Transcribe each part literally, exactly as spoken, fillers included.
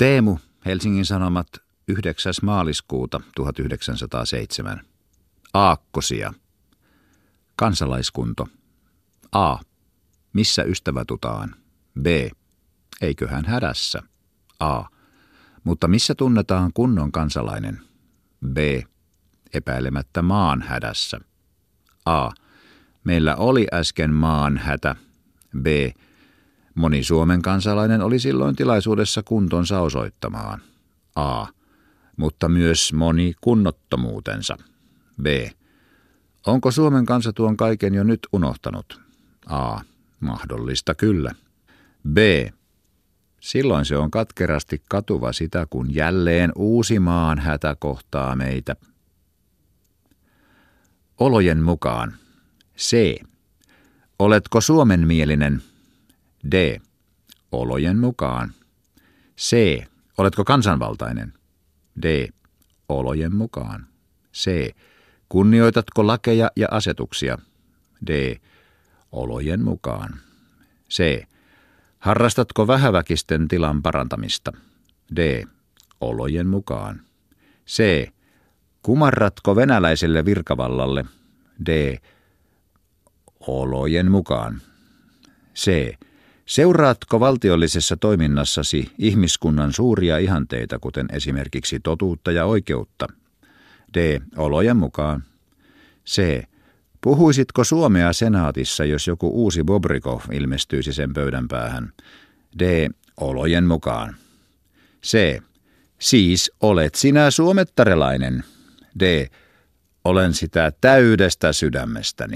Teemu, Helsingin Sanomat, yhdeksäs maaliskuuta tuhatyhdeksänsataaseitsemän. Aakkosia. Kansalaiskunto. A. Missä ystävätutaan? B. Eiköhän hädässä? A. Mutta missä tunnetaan kunnon kansalainen? B. Epäilemättä maan hädässä. A. Meillä oli äsken maan hätä. B. Moni Suomen kansalainen oli silloin tilaisuudessa kuntonsa osoittamaan. A. Mutta myös moni kunnottomuutensa. B. Onko Suomen kansa tuon kaiken jo nyt unohtanut? A. Mahdollista kyllä. B. Silloin se on katkerasti katuva sitä, kun jälleen uusi maan hätä kohtaa meitä. Olojen mukaan. C. Oletko suomenmielinen? D. Olojen mukaan. C. Oletko kansanvaltainen? D. Olojen mukaan. C. Kunnioitatko lakeja ja asetuksia? D. Olojen mukaan. C. Harrastatko vähäväkisten tilan parantamista? D. Olojen mukaan. C. Kumarratko venäläiselle virkavallalle? D. Olojen mukaan. C. Seuraatko valtiollisessa toiminnassasi ihmiskunnan suuria ihanteita, kuten esimerkiksi totuutta ja oikeutta? D. Olojen mukaan. C. Puhuisitko suomea senaatissa, jos joku uusi Bobrikov ilmestyisi sen pöydän päähän? D. Olojen mukaan. C. Siis olet sinä suomettarelainen? D. Olen sitä täydestä sydämestäni.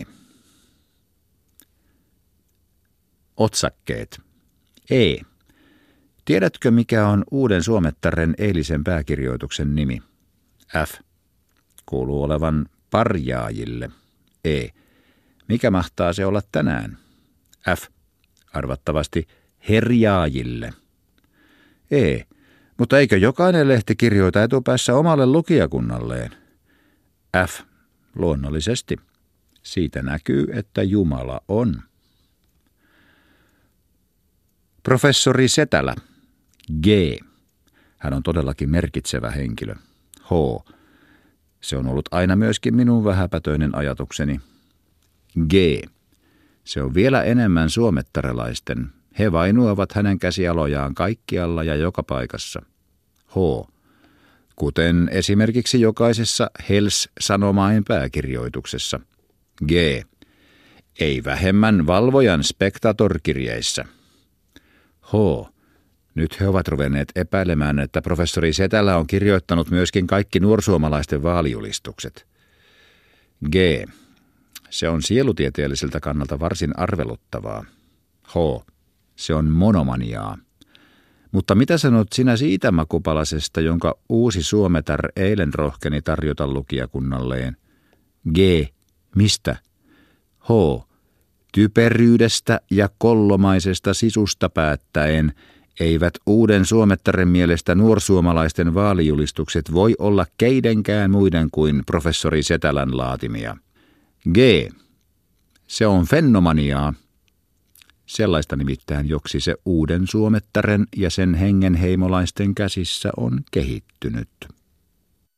Otsakkeet. E. Tiedätkö, mikä on uuden Suomettaren eilisen pääkirjoituksen nimi? F. Kuuluu olevan parjaajille. E. Mikä mahtaa se olla tänään? F. Arvattavasti herjaajille. E. Mutta eikö jokainen lehti kirjoita etupäässä omalle lukijakunnalleen? F. Luonnollisesti. Siitä näkyy, että Jumala on. Professori Setälä. G. Hän on todellakin merkitsevä henkilö. H. Se on ollut aina myöskin minun vähäpätöinen ajatukseni. G. Se on vielä enemmän suomettarelaisten. He vainuavat hänen käsialojaan kaikkialla ja joka paikassa. H. Kuten esimerkiksi jokaisessa Hels-Sanomain pääkirjoituksessa. G. Ei vähemmän valvojan Spectator-kirjeissä. H. Nyt he ovat ruvenneet epäilemään, että professori Setälä on kirjoittanut myöskin kaikki nuorsuomalaisten vaalijulistukset. G. Se on sielutieteelliseltä kannalta varsin arveluttavaa. H. Se on monomaniaa. Mutta mitä sanot sinä siitä makupalasesta, jonka uusi Suometar eilen rohkeni tarjota lukijakunnalleen? G. Mistä? H. Typeryydestä ja kollomaisesta sisusta päättäen eivät uuden Suomettaren mielestä nuorsuomalaisten vaalijulistukset voi olla keidenkään muiden kuin professori Setälän laatimia. G. Se on fennomaniaa. Sellaista nimittäin, joksi se uuden Suomettaren ja sen hengenheimolaisten käsissä on kehittynyt.